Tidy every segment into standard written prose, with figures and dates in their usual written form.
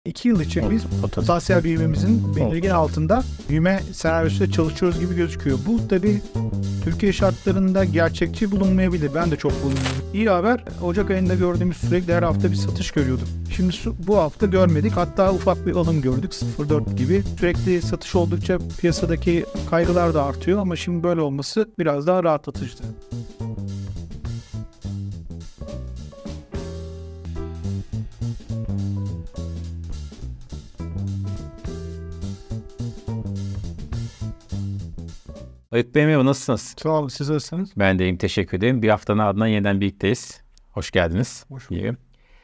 2 yıl için biz potansiyel büyümemizin belirgin altında büyüme senaryosunda çalışıyoruz gibi gözüküyor. Bu tabii Türkiye şartlarında gerçekçi bulunmayabilir. Ben de çok bulunmuyorum. İyi haber, Ocak ayında gördüğümüz sürekli her hafta bir satış görüyorduk. Şimdi bu hafta görmedik. Hatta ufak bir alım gördük. 0.4 gibi. Sürekli satış oldukça piyasadaki kaygılar da artıyor ama şimdi böyle olması biraz daha rahatlatıcı. Haluk Bey merhaba, nasılsınız? Sağ olun, siz nasılsınız? Ben de iyiyim, teşekkür ederim. Bir haftanın ardından yeniden birlikteyiz. Hoş geldiniz. Hoş bulduk.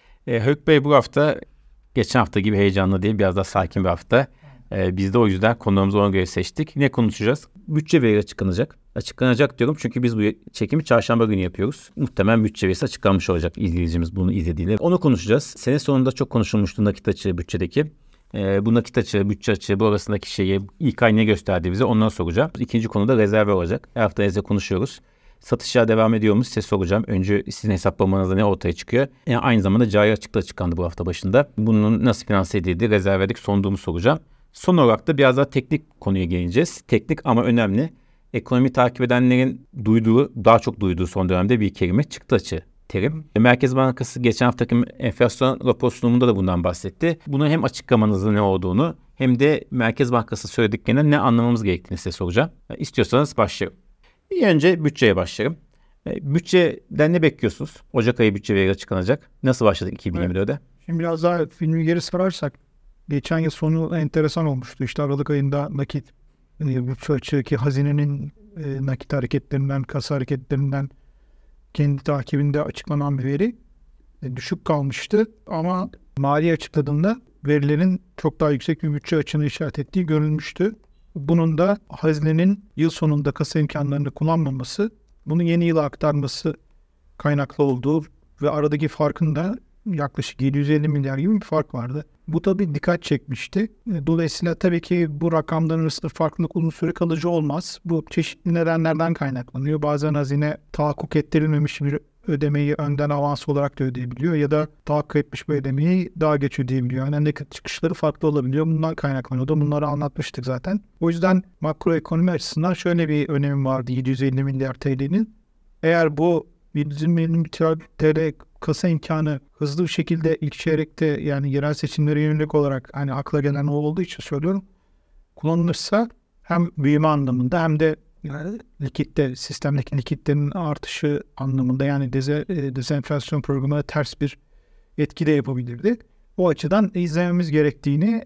Haluk Bey bu hafta geçen hafta gibi heyecanlı değil, biraz daha sakin bir hafta. Biz de o yüzden konuğumuzu ona göre seçtik. Ne konuşacağız? Bütçe verileri açıklanacak. Açıklanacak diyorum çünkü biz bu çekimi çarşamba günü yapıyoruz. Muhtemelen bütçe verisi açıklanmış olacak izleyicimiz bunu izlediğinde. Onu konuşacağız. Sene sonunda çok konuşulmuştu nakit açığı bütçedeki. Bu nakit açığı, bütçe açığı, bu arasındaki şeyi ilk ay ne gösterdi bize ondan soracağım. İkinci konuda rezerve olacak. Her hafta rezerve konuşuyoruz. Satışlar devam ediyor mu size soracağım. Önce sizin hesaplamanızda ne ortaya çıkıyor. Aynı zamanda cari açıklığı açıklandı bu hafta başında. Bunun nasıl finanse edildiği, rezervedeki sonduğumu soracağım. Son olarak da biraz daha teknik konuya geleceğiz. Teknik ama önemli. Ekonomi takip edenlerin daha çok duyduğu son dönemde bir kelime çıktı açığı terim. Merkez Bankası geçen haftaki enflasyon rapor sunumunda da bundan bahsetti. Bunu hem açıklamanızın ne olduğunu hem de Merkez Bankası söylediklerinden ne anlamamız gerektiğini size soracağım. İstiyorsanız başlayalım. Önce bütçeye başlayalım. Bütçeden ne bekliyorsunuz? Ocak ayı bütçe verileri açıklanacak. Nasıl başladık 2024'de? Evet. Şimdi biraz daha filmi geri sararsak, geçen yıl sonu enteresan olmuştu. İşte Aralık ayında nakit bütçe açığı ki hazinenin nakit hareketlerinden, kasa hareketlerinden kendi takibinde açıklanan bir veri düşük kalmıştı. Ama mali açıkladığında verilerin çok daha yüksek bir bütçe açığını işaret ettiği görülmüştü. Bunun da hazinenin yıl sonunda kasa imkanlarını kullanmaması, bunu yeni yıla aktarması kaynaklı olduğu ve aradaki farkın da yaklaşık 750 milyar gibi bir fark vardı. Bu tabii dikkat çekmişti. Dolayısıyla tabii ki bu rakamların arasında farklılık uzun süre kalıcı olmaz. Bu çeşitli nedenlerden kaynaklanıyor. Bazen hazine tahakkuk ettirilmemiş bir ödemeyi önden avans olarak da ödeyebiliyor ya da tahakkuk etmiş bir ödemeyi daha geç ödeyebiliyor. Yani nakit çıkışları farklı olabiliyor. Bundan kaynaklanıyor da bunları anlatmıştık zaten. O yüzden makroekonomi açısından şöyle bir önemi vardı 750 milyar TL'nin. Eğer bu 750 milyar TL kasa imkanı hızlı bir şekilde ilk çeyrekte, yani yerel seçimlere yönelik olarak hani akla gelen o olduğu için söylüyorum, kullanılırsa hem büyüme anlamında hem de yani sistemdeki likiditenin artışı anlamında, yani dezenflasyon programına ters bir etki de yapabilirdi. O açıdan izlememiz gerektiğini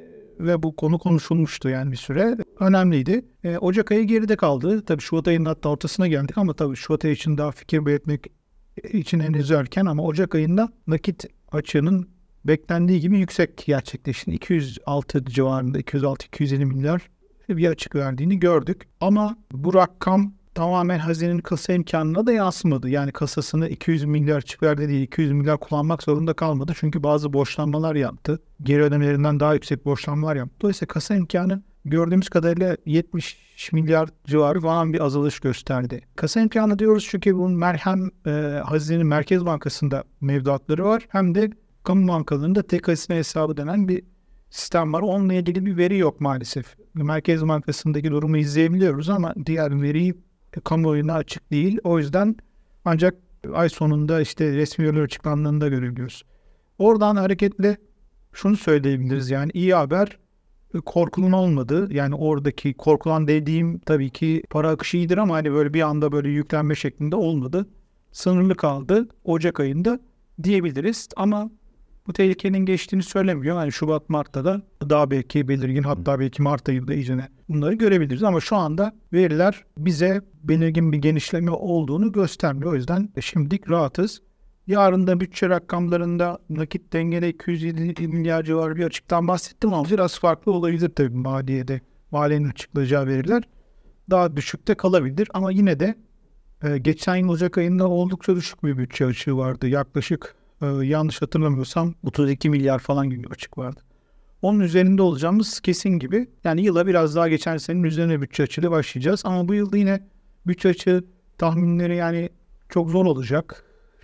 ve bu konu konuşulmuştu yani bir süre. Önemliydi. Ocak ayı geride kaldı. Tabii Şubat ayının hatta ortasına geldik ama tabii Şubat ayı için daha fikir belirtmek için henüz erken, ama Ocak ayında nakit açığının beklendiği gibi yüksek gerçekleşti. 206 civarında, 206-250 milyar bir açık verdiğini gördük. Ama bu rakam tamamen hazinenin kasa imkanına da yansımadı. Yani kasasını 200 milyar açık verdi değil, 200 milyar kullanmak zorunda kalmadı. Çünkü bazı borçlanmalar yaptı. Geri ödemelerinden daha yüksek borçlanmalar yaptı. Dolayısıyla kasa imkanı gördüğümüz kadarıyla 70 milyar civarı falan bir azalış gösterdi. Kasa imkanı diyoruz çünkü bunun hem hazinenin Merkez Bankası'nda mevduatları var, hem de kamu bankalarında tek hazine hesabı denen bir sistem var. Onunla ilgili bir veri yok maalesef. Merkez Bankası'ndaki durumu izleyebiliyoruz ama diğer veri kamuoyuna açık değil. O yüzden ancak ay sonunda işte resmi veriler açıklandığında görebiliyoruz. Oradan hareketle şunu söyleyebiliriz, yani iyi haber korkunun olmadığı, yani oradaki korkulan dediğim tabii ki para akışı iyidir ama hani böyle bir anda böyle yüklenme şeklinde olmadı. Sınırlı kaldı Ocak ayında diyebiliriz ama bu tehlikenin geçtiğini söylemiyor. Yani Şubat, Mart'ta da daha belki belirgin, hatta belki Mart ayında iyice bunları görebiliriz. Ama şu anda veriler bize belirgin bir genişleme olduğunu göstermiyor. O yüzden şimdilik rahatız. Yarın da bütçe rakamlarında nakit dengede 207 milyar civarı bir açıktan bahsettim ama biraz farklı olabilir tabii maliyede. Maliyenin açıklayacağı veriler daha düşükte kalabilir ama yine de geçen yıl Ocak ayında oldukça düşük bir bütçe açığı vardı. Yaklaşık yanlış hatırlamıyorsam 32 milyar falan gibi açık vardı. Onun üzerinde olacağımız kesin gibi. Yani yıla biraz daha geçen senenin üzerine bütçe açıyla başlayacağız. Ama bu yılda yine bütçe açığı tahminleri yani çok zor olacak.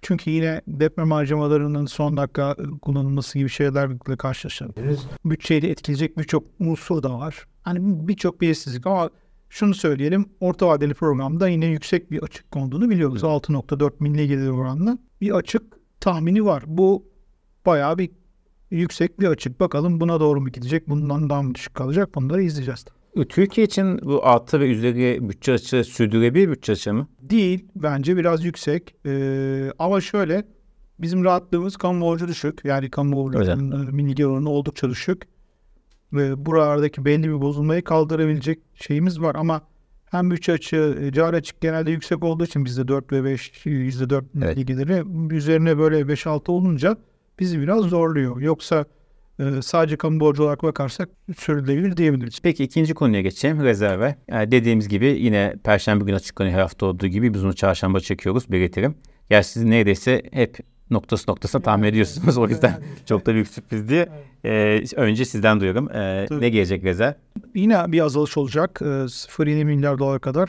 Çünkü yine deprem harcamalarının son dakika kullanılması gibi şeylerle karşılaşabiliriz. Bütçeyi de etkileyecek birçok unsur da var. Hani birçok belirsizlik ama şunu söyleyelim, orta vadeli programda yine yüksek bir açık konduğunu biliyoruz. 6.4 milli gelir oranlı bir açık tahmini var. Bu bayağı bir yüksek bir açık. Bakalım buna doğru mu gidecek, bundan daha mı düşük kalacak, bunları izleyeceğiz. Türkiye için bu altı ve üzeri bütçe açığı sürdürülebilir bütçe açığı mı? Değil. Bence biraz yüksek. Ama şöyle, bizim rahatlığımız kamu borcu düşük. Yani kamu borcunun milli gelir oranı oldukça düşük. Ve buralardaki belli bir bozulmayı kaldırabilecek şeyimiz var. Ama hem bütçe açığı, cari açık genelde yüksek olduğu için bizde 4 ve 5, %4 milli geliri üzerine böyle 5-6 olunca bizi biraz zorluyor. Yoksa sadece kamu borcu olarak bakarsak sürdürülebilir diyebiliriz. Peki ikinci konuya geçeyim. Rezerve. Yani dediğimiz gibi yine Perşembe günü açıklanıyor, her hafta olduğu gibi biz onu çarşamba çekiyoruz, belirtelim. Gerçi siz neredeyse hep noktasına tahmin ediyorsunuz. O yüzden çok da büyük sürpriz diye. Önce sizden duyuyorum. Ne gelecek rezerv? Yine bir azalış olacak. 0,7 milyar dolar kadar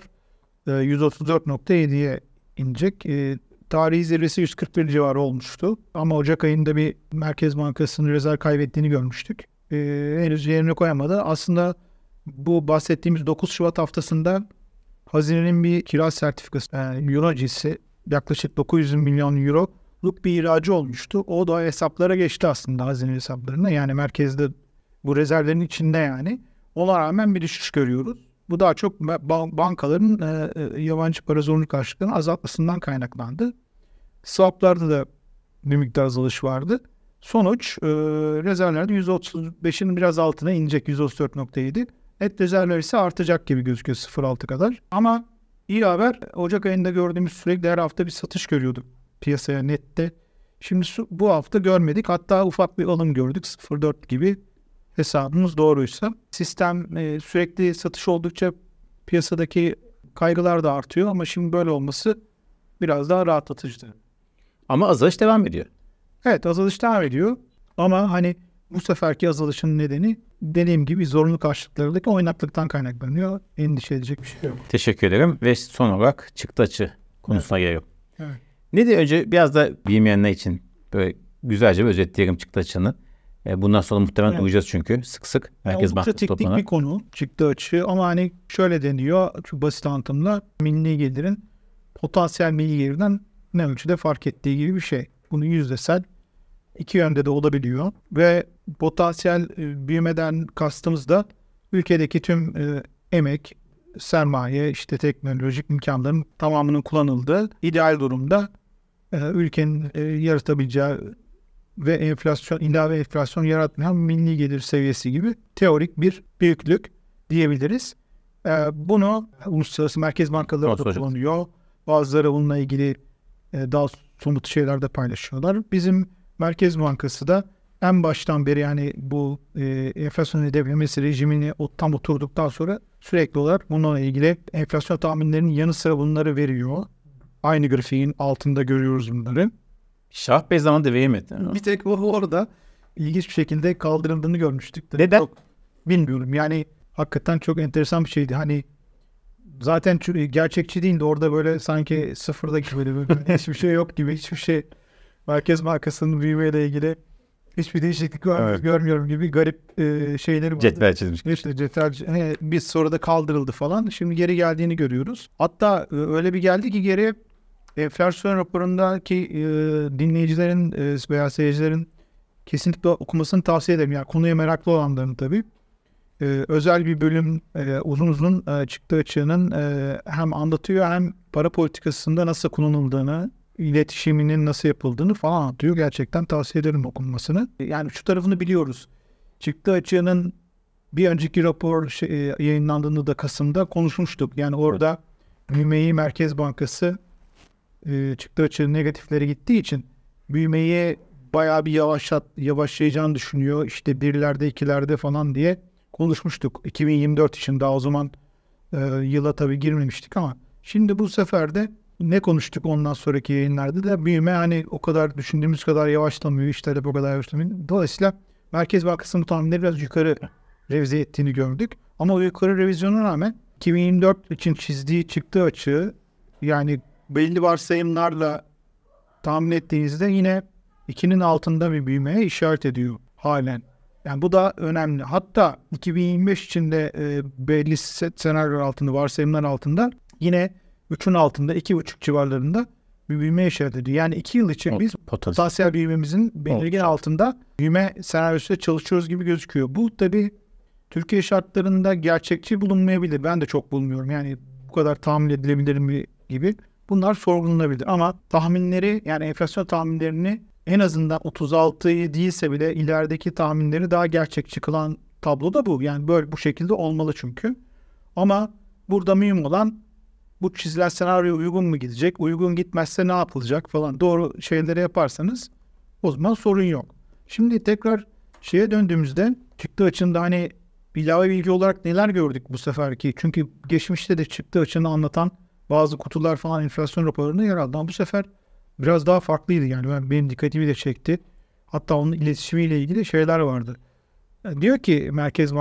134.7'ye inecek. Tarihi zirvesi 141 civarı olmuştu. Ama Ocak ayında bir Merkez Bankası'nın rezerv kaybettiğini görmüştük. Henüz yerine koyamadı. Aslında bu bahsettiğimiz 9 Şubat haftasında Hazine'nin bir kira sertifikası, euro cinsi yaklaşık 900 milyon euroluk bir ihracı olmuştu. O da hesaplara geçti aslında, Hazine hesaplarına. Yani merkezde bu rezervlerin içinde yani. Ona rağmen bir düşüş görüyoruz. Bu daha çok bankaların yabancı para zorunlu karşılıklarını azaltmasından kaynaklandı. Swap'larda da bir miktar azalış vardı. Sonuç rezervlerde %35'in biraz altına inecek, 134.7. Net rezervler ise artacak gibi gözüküyor, 0.6 kadar. Ama iyi haber, Ocak ayında gördüğümüz sürekli her hafta bir satış görüyorduk piyasaya nette. Şimdi bu hafta görmedik. Hatta ufak bir alım gördük, 0.4 gibi. Hesabımız doğruysa. Sistem sürekli satış oldukça piyasadaki kaygılar da artıyor ama şimdi böyle olması biraz daha rahatlatıcı. Ama azalış devam ediyor. Evet, azalış devam ediyor ama hani bu seferki azalışın nedeni dediğim gibi zorunlu karşılıklardaki oynaklıktan kaynaklanıyor. Endişe edecek bir şey yok. Teşekkür ederim ve son olarak çıktı açı konusuna geliyorum. Evet. Ne diye önce biraz da bilmeyenler için böyle güzelce bir özetleyelim çıktı açığını. Bundan sonra muhtemelen duyacağız çünkü sık sık. Merkez Bankası teknik toplanarak. bir konu çıktı açığı ama hani şöyle deniyor, çok basit anlatımla, milli gelirin potansiyel milli gelirden ne ölçüde fark ettiği gibi bir şey. Bunu yüzdesel iki yönde de olabiliyor ve potansiyel büyümeden kastımız da ülkedeki tüm emek, sermaye, işte teknolojik imkanların tamamının kullanıldığı ideal durumda ülkenin yaratabileceği ve ilave enflasyon yaratmayan milli gelir seviyesi gibi teorik bir büyüklük diyebiliriz. Bunu uluslararası merkez bankaları da kullanıyor. Bazıları bununla ilgili daha somut şeyler de paylaşıyorlar. Bizim Merkez Bankası da en baştan beri yani bu enflasyon hedeflemesi rejimini tam oturduktan sonra sürekli olarak bununla ilgili enflasyon tahminlerinin yanı sıra bunları veriyor. Aynı grafiğin altında görüyoruz bunları. Şah Bey zamanında veremedi. Bir tek orada ilginç bir şekilde kaldırıldığını görmüştük. Neden? Çok bilmiyorum. Yani hakikaten çok enteresan bir şeydi. Hani zaten gerçekçi değildi. Orada böyle sanki sıfırdaki böyle hiçbir şey yok gibi, hiçbir şey, Merkez Bankası'nın büyümeyle ilgili hiçbir değişiklik görmüyorum gibi garip şeyleri vardı. Cetvel çizmiş. İşte cetvel bir soruda kaldırıldı falan. Şimdi geri geldiğini görüyoruz. Hatta öyle bir geldi ki geri enflasyon raporundaki dinleyicilerin veya seyircilerin kesinlikle okumasını tavsiye ederim. Yani konuya meraklı olanların tabii. Özel bir bölüm uzun çıktı açığının hem anlatıyor hem para politikasında nasıl kullanıldığını, iletişiminin nasıl yapıldığını falan anlatıyor. Gerçekten tavsiye ederim okunmasını. Yani şu tarafını biliyoruz. Çıktı açığının bir önceki rapor yayınlandığında da Kasım'da konuşmuştuk. Yani orada büyümeyi Merkez Bankası çıktı açığın negatifleri gittiği için büyümeyi bayağı bir yavaşlayacağını düşünüyor. İşte birlerde, ikilerde falan diye konuşmuştuk. 2024 için daha o zaman yıla tabii girmemiştik ama şimdi bu sefer de ne konuştuk ondan sonraki yayınlarda da büyüme hani o kadar düşündüğümüz kadar yavaşlamıyor. İşte o kadar yavaşlamıyor. Dolayısıyla Merkez Bankası'nın tahminleri biraz yukarı revize ettiğini gördük. Ama o yukarı revizyona rağmen 2024 için çizdiği çıktı açığı yani belli varsayımlarla tahmin ettiğinizde yine 2'nin altında bir büyümeye işaret ediyor halen. Yani bu da önemli. Hatta 2025 içinde belli senaryolar altında, varsayımlar altında yine 3'ün altında 2,5 civarlarında bir büyüme işaret ediyor. Yani 2 yıl için biz potansiyel büyümemizin belirgin altında büyüme senaryosuyla çalışıyoruz gibi gözüküyor. Bu tabii Türkiye şartlarında gerçekçi bulunmayabilir. Ben de çok bulmuyorum. Yani bu kadar tahmin edilebilir mi gibi. Bunlar sorgulanabilir. Ama tahminleri, yani enflasyon tahminlerini en azından 36'yı değilse bile ilerideki tahminleri daha gerçekçi kılan tablo da bu. Yani böyle bu şekilde olmalı çünkü. Ama burada mühim olan bu çizilen senaryo uygun mu gidecek? Uygun gitmezse ne yapılacak falan. Doğru şeyleri yaparsanız o zaman sorun yok. Şimdi tekrar şeye döndüğümüzde çıktı açığında hani ilave bilgi olarak neler gördük bu seferki? Çünkü geçmişte de çıktı açığını anlatan bazı kutular falan enflasyon raporlarında yer aldı. Ama bu sefer biraz daha farklıydı yani. Benim dikkatimi de çekti. Hatta onun iletişimiyle ilgili şeyler vardı. Yani diyor ki Merkez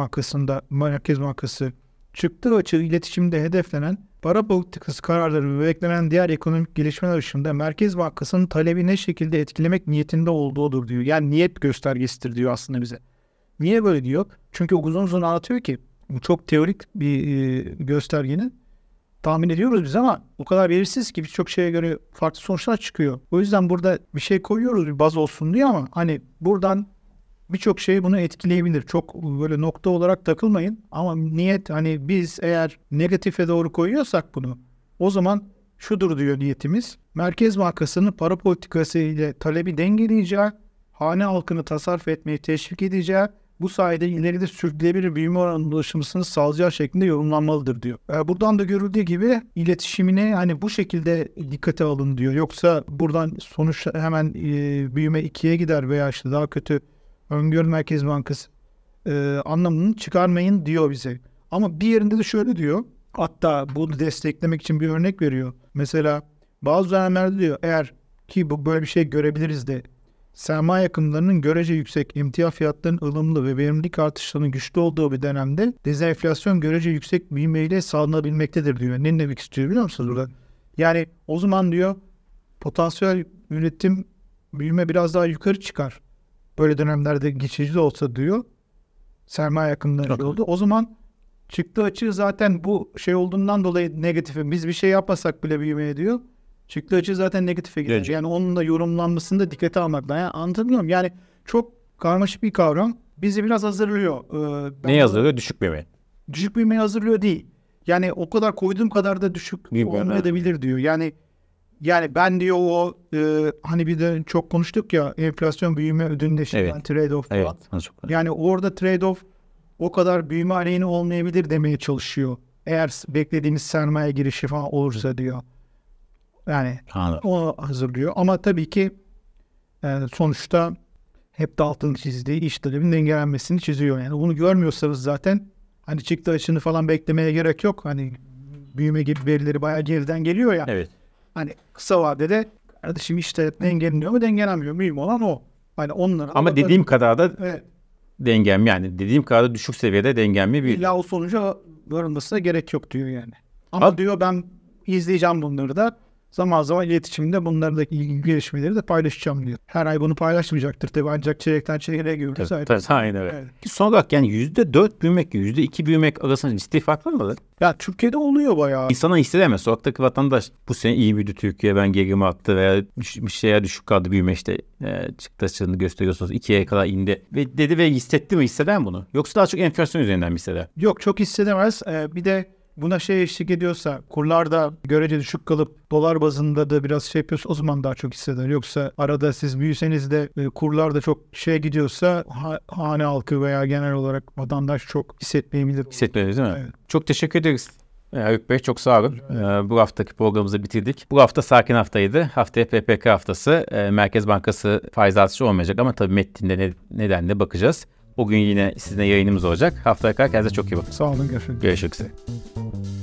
Bankası çıktı açığı iletişimde hedeflenen para politikası kararları ve beklenen diğer ekonomik gelişmeler ışığında Merkez Bankası'nın talebi ne şekilde etkilemek niyetinde olduğudur diyor. Yani niyet göstergesidir diyor aslında bize. Niye böyle diyor? Çünkü uzun uzun anlatıyor ki bu çok teorik bir göstergenin tahmin ediyoruz biz ama o kadar belirsiz ki birçok şeye göre farklı sonuçlar çıkıyor. O yüzden burada bir şey koyuyoruz bir baz olsun diye ama hani buradan birçok şey bunu etkileyebilir. Çok böyle nokta olarak takılmayın ama niyet hani biz eğer negatife doğru koyuyorsak bunu o zaman şudur diyor niyetimiz. Merkez Bankası'nın para politikası ile talebi dengeleyeceği, hane halkını tasarruf etmeyi teşvik edeceği, bu sayede ileride sürdürülebilir büyüme oranının ulaşılmasını sağlayacağı şeklinde yorumlanmalıdır diyor. Buradan da görüldüğü gibi iletişimine hani bu şekilde dikkate alın diyor. Yoksa buradan sonuç hemen büyüme 2'ye gider veya işte daha kötü öngörü Merkez Bankası anlamını çıkarmayın diyor bize. Ama bir yerinde de şöyle diyor. Hatta bunu desteklemek için bir örnek veriyor. Mesela bazı dönemlerde diyor eğer ki bu böyle bir şey görebiliriz de sermaye akımlarının görece yüksek, emtia fiyatlarının ılımlı ve verimlilik artışlarının güçlü olduğu bir dönemde dezenflasyon görece yüksek büyümeyle sağlanabilmektedir diyor. Ne demek istiyor biliyor musunuz burada? Yani o zaman diyor potansiyel üretim büyüme biraz daha yukarı çıkar. Böyle dönemlerde geçici de olsa diyor sermaye akımları oldu. O zaman çıktı açığı zaten bu şey olduğundan dolayı negatife. Biz bir şey yapmasak bile büyümeye diyor. Çıktı açığı zaten negatife gider. Yani onun da yorumlanmasını da dikkate almak lazım. Yani anlatabiliyor muyum? Yani çok karmaşık bir kavram. Bizi biraz hazırlıyor. Ne hazırlıyor? Düşük büyüme. Düşük büyümeye hazırlıyor değil. Yani o kadar koyduğum kadar da düşük olmayabilir diyor. Yani ben diyor o hani bir de çok konuştuk ya enflasyon büyüme ödünleşilen trade-off falan. Evet, yani orada trade-off o kadar büyüme aleyhine olmayabilir demeye çalışıyor. Eğer beklediğiniz sermaye girişi falan olursa diyor. Yani onu hazırlıyor. Ama tabii ki sonuçta hep de altını çizdiği iş talebinin dengelenmesini çiziyor. Yani bunu görmüyorsanız zaten hani çıktı açığını falan beklemeye gerek yok. Hani büyüme gibi verileri bayağı geriden geliyor ya. Evet. Hani kısa vadede kardeşim işte dengeleniyor mu dengelenmiyor. Mühim olan o. Hani onlara ama dediğim kadar da dengem yani dediğim kadar da düşük seviyede dengelme bir. İlla o sonuca varılmasına gerek yok diyor yani. Ama diyor ben izleyeceğim bunları da zaman zaman iletişimde bunlardaki ilgili gelişmeleri de paylaşacağım diyor. Her ay bunu paylaşmayacaktır tabii ancak çeyrekten çeyreğe görürüz. Tabii, aynen öyle. Evet. Son olarak yani %4 büyümek, %2 büyümek arasında ciddi fark var mı? Ya Türkiye'de oluyor bayağı. İnsana hissedemez. Sokaktaki vatandaş bu sene iyi büyüdü Türkiye ben gerimi attı veya bir şeye düşük kaldı büyüme işte çıktı açığını gösteriyorsunuz 2'ye kadar indi. Ve dedi ve hissetti mi hisseder mi bunu? Yoksa daha çok enflasyon üzerinden mi hisseder? Yok çok hissedemez. Bir de buna eşlik ediyorsa kurlar da görece düşük kalıp dolar bazında da biraz şey yapıyorsa o zaman daha çok hisseder. Yoksa arada siz büyüseniz de kurlar da çok gidiyorsa hane halkı veya genel olarak vatandaş çok hissetmeyebilir. Hissetmeyebilir değil mi? Evet. Çok teşekkür ederiz. Haluk Bey çok sağ olun. Bu haftaki programımızı bitirdik. Bu hafta sakin haftaydı. Haftaya PPK haftası. Merkez Bankası faiz artışı olmayacak ama tabii metninde nedenle bakacağız. O gün yine sizinle yayınımız olacak. Haftaya kadar kendinize çok iyi bakın. Sağ olun. Görüşmek üzere.